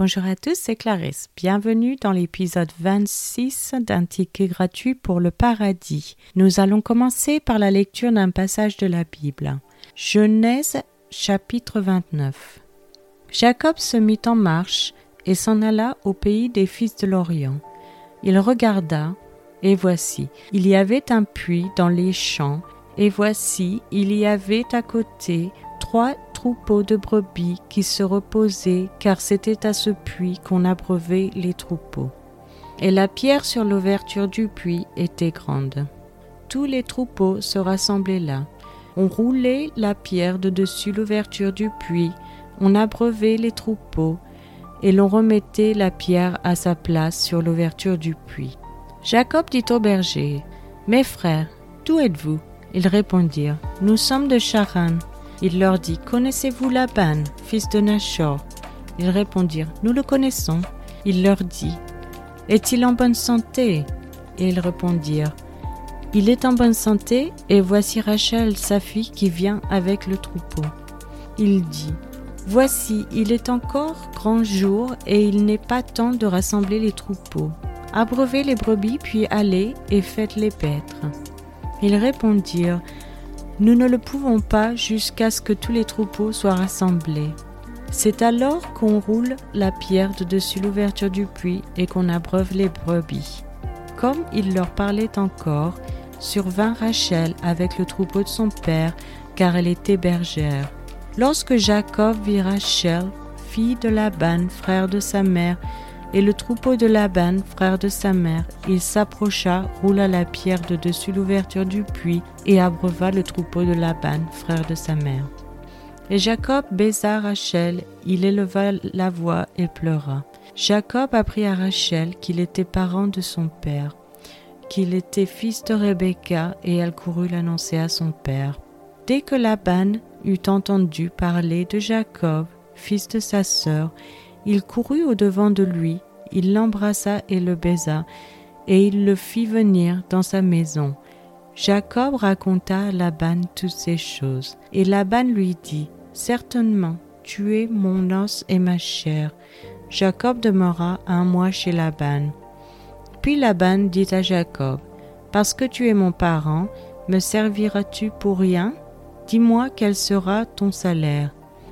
Bonjour à tous, c'est Clarisse. Bienvenue dans l'épisode 26 d'un ticket gratuit pour le paradis. Nous allons commencer par la lecture d'un passage de la Bible. Genèse chapitre 29. Jacob se mit en marche et s'en alla au pays des fils de l'Orient. Il regarda, et voici, il y avait un puits dans les champs, et voici, il y avait à côté 3 troupeaux de brebis qui se reposaient, car c'était à ce puits qu'on abreuvait les troupeaux. Et la pierre sur l'ouverture du puits était grande. Tous les troupeaux se rassemblaient là. On roulait la pierre de dessus l'ouverture du puits, on abreuvait les troupeaux, et l'on remettait la pierre à sa place sur l'ouverture du puits. Jacob dit aux bergers, « Mes frères, d'où êtes-vous » Ils répondirent, « Nous sommes de Charan. » Il leur dit, « Connaissez-vous Laban, fils de Nachor ?» Ils répondirent, « Nous le connaissons. » Il leur dit, « Est-il en bonne santé ?» Et ils répondirent, « Il est en bonne santé, et voici Rachel, sa fille, qui vient avec le troupeau. » Il dit, « Voici, il est encore grand jour, et il n'est pas temps de rassembler les troupeaux. Abreuvez les brebis, puis allez et faites-les paître. » Ils répondirent, « Nous ne le pouvons pas jusqu'à ce que tous les troupeaux soient rassemblés. » C'est alors qu'on roule la pierre de dessus l'ouverture du puits et qu'on abreuve les brebis. Comme il leur parlait encore, survint Rachel avec le troupeau de son père, car elle était bergère. Lorsque Jacob vit Rachel, fille de Laban, frère de sa mère, et le troupeau de Laban, frère de sa mère, il s'approcha, roula la pierre de dessus l'ouverture du puits et abreuva le troupeau de Laban, frère de sa mère. Et Jacob baisa Rachel, il éleva la voix et pleura. Jacob apprit à Rachel qu'il était parent de son père, qu'il était fils de Rebecca, et elle courut l'annoncer à son père. Dès que Laban eut entendu parler de Jacob, fils de sa sœur, il courut au-devant de lui, il l'embrassa et le baisa, et il le fit venir dans sa maison. Jacob raconta à Laban toutes ces choses. Et Laban lui dit, « Certainement, tu es mon os et ma chair. » Jacob demeura 1 mois chez Laban. Puis Laban dit à Jacob, « Parce que tu es mon parent, me serviras-tu pour rien? Dis-moi quel sera ton salaire. »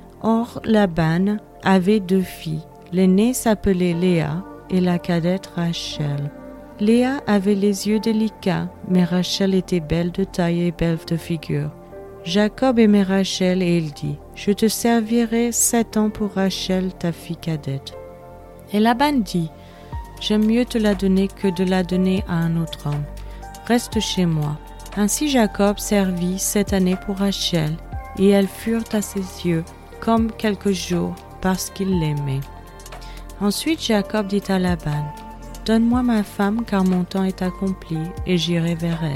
Or Laban avait 2 filles. L'aînée s'appelait Léa et la cadette Rachel. Léa avait les yeux délicats, mais Rachel était belle de taille et belle de figure. Jacob aimait Rachel et il dit, « Je te servirai 7 ans pour Rachel, ta fille cadette. » Et Laban dit, « J'aime mieux te la donner que de la donner à un autre homme. Reste chez moi. » Ainsi Jacob servit 7 années pour Rachel, et elles furent à ses yeux comme quelques jours, parce qu'il l'aimait. Ensuite Jacob dit à Laban, « Donne-moi ma femme, car mon temps est accompli, et j'irai vers elle. »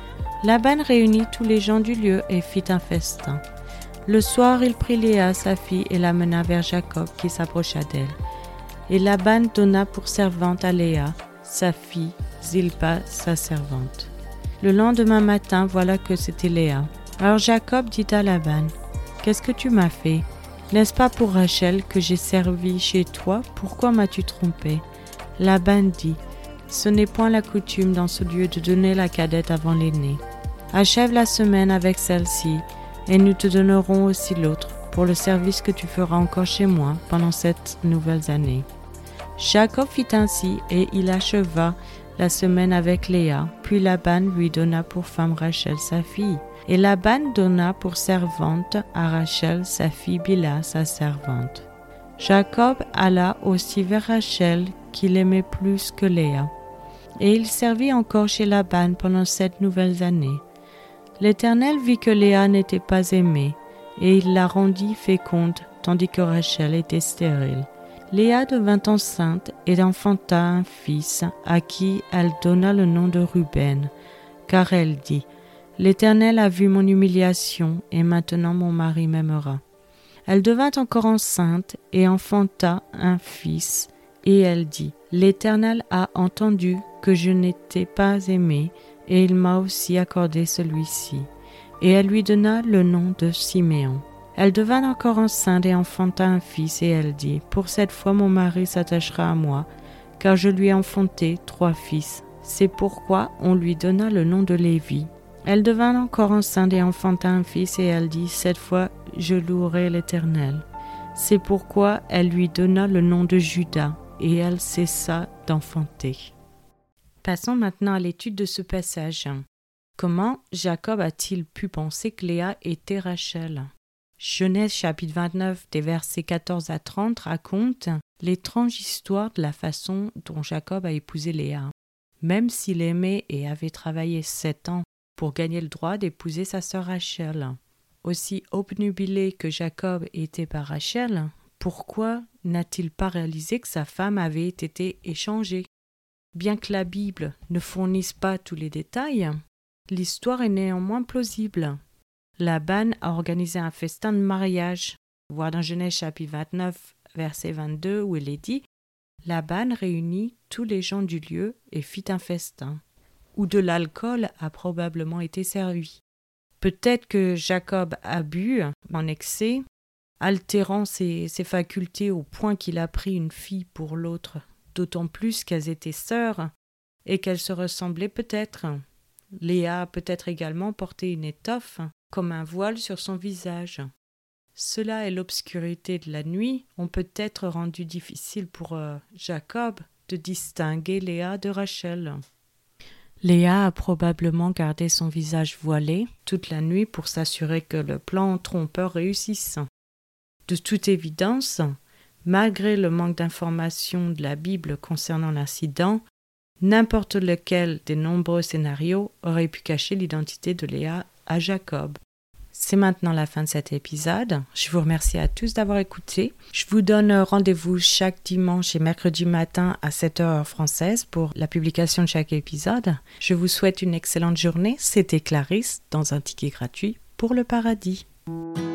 Laban réunit tous les gens du lieu et fit un festin. Le soir, il prit Léa, sa fille, et l'amena vers Jacob, qui s'approcha d'elle. Et Laban donna pour servante à Léa, sa fille, Zilpa, sa servante. Le lendemain matin, voilà que c'était Léa. Alors Jacob dit à Laban, « Qu'est-ce que tu m'as fait? N'est-ce pas pour Rachel que j'ai servi chez toi? Pourquoi m'as-tu trompé ?» Laban dit, « Ce n'est point la coutume dans ce lieu de donner la cadette avant l'aînée. Achève la semaine avec celle-ci, et nous te donnerons aussi l'autre, pour le service que tu feras encore chez moi pendant 7 nouvelles années. » Jacob fit ainsi, et il acheva la semaine avec Léa, puis Laban lui donna pour femme Rachel sa fille. Et Laban donna pour servante à Rachel sa fille Bila, sa servante. Jacob alla aussi vers Rachel, qu'il aimait plus que Léa. Et il servit encore chez Laban pendant 7 nouvelles années. L'Éternel vit que Léa n'était pas aimée, et il la rendit féconde, tandis que Rachel était stérile. Léa devint enceinte et enfanta un fils, à qui elle donna le nom de Ruben, car elle dit, « L'Éternel a vu mon humiliation, et maintenant mon mari m'aimera. » Elle devint encore enceinte et enfanta un fils, et elle dit, « L'Éternel a entendu que je n'étais pas aimée, et il m'a aussi accordé celui-ci. » Et elle lui donna le nom de Siméon. Elle devint encore enceinte et enfanta un fils, et elle dit, « Pour cette fois mon mari s'attachera à moi, car je lui ai enfanté 3 fils. » C'est pourquoi on lui donna le nom de Lévi. Elle devint encore enceinte et enfanta un fils, et elle dit, « Cette fois je louerai l'Éternel. » C'est pourquoi elle lui donna le nom de Juda, et elle cessa d'enfanter. Passons maintenant à l'étude de ce passage. Comment Jacob a-t-il pu penser que Léa était Rachel ? Genèse chapitre 29 des versets 14 à 30 raconte l'étrange histoire de la façon dont Jacob a épousé Léa. Même s'il aimait et avait travaillé 7 ans pour gagner le droit d'épouser sa sœur Rachel. Aussi obnubilé que Jacob était par Rachel, pourquoi n'a-t-il pas réalisé que sa femme avait été échangée ? Bien que la Bible ne fournisse pas tous les détails, l'histoire est néanmoins plausible. Laban a organisé un festin de mariage, voir dans Genèse chapitre 29, verset 22, où il est dit « Laban réunit tous les gens du lieu et fit un festin », où de l'alcool a probablement été servi. Peut-être que Jacob a bu en excès, altérant ses facultés au point qu'il a pris une fille pour l'autre, d'autant plus qu'elles étaient sœurs et qu'elles se ressemblaient peut-être. Léa a peut-être également porté une étoffe comme un voile sur son visage. Cela et l'obscurité de la nuit ont peut-être rendu difficile pour Jacob de distinguer Léa de Rachel. Léa a probablement gardé son visage voilé toute la nuit pour s'assurer que le plan trompeur réussisse. De toute évidence, malgré le manque d'informations de la Bible concernant l'incident, n'importe lequel des nombreux scénarios aurait pu cacher l'identité de Léa à Jacob. C'est maintenant la fin de cet épisode. Je vous remercie à tous d'avoir écouté. Je vous donne rendez-vous chaque dimanche et mercredi matin à 7h heure française pour la publication de chaque épisode. Je vous souhaite une excellente journée. C'était Clarisse dans un ticket gratuit pour le paradis.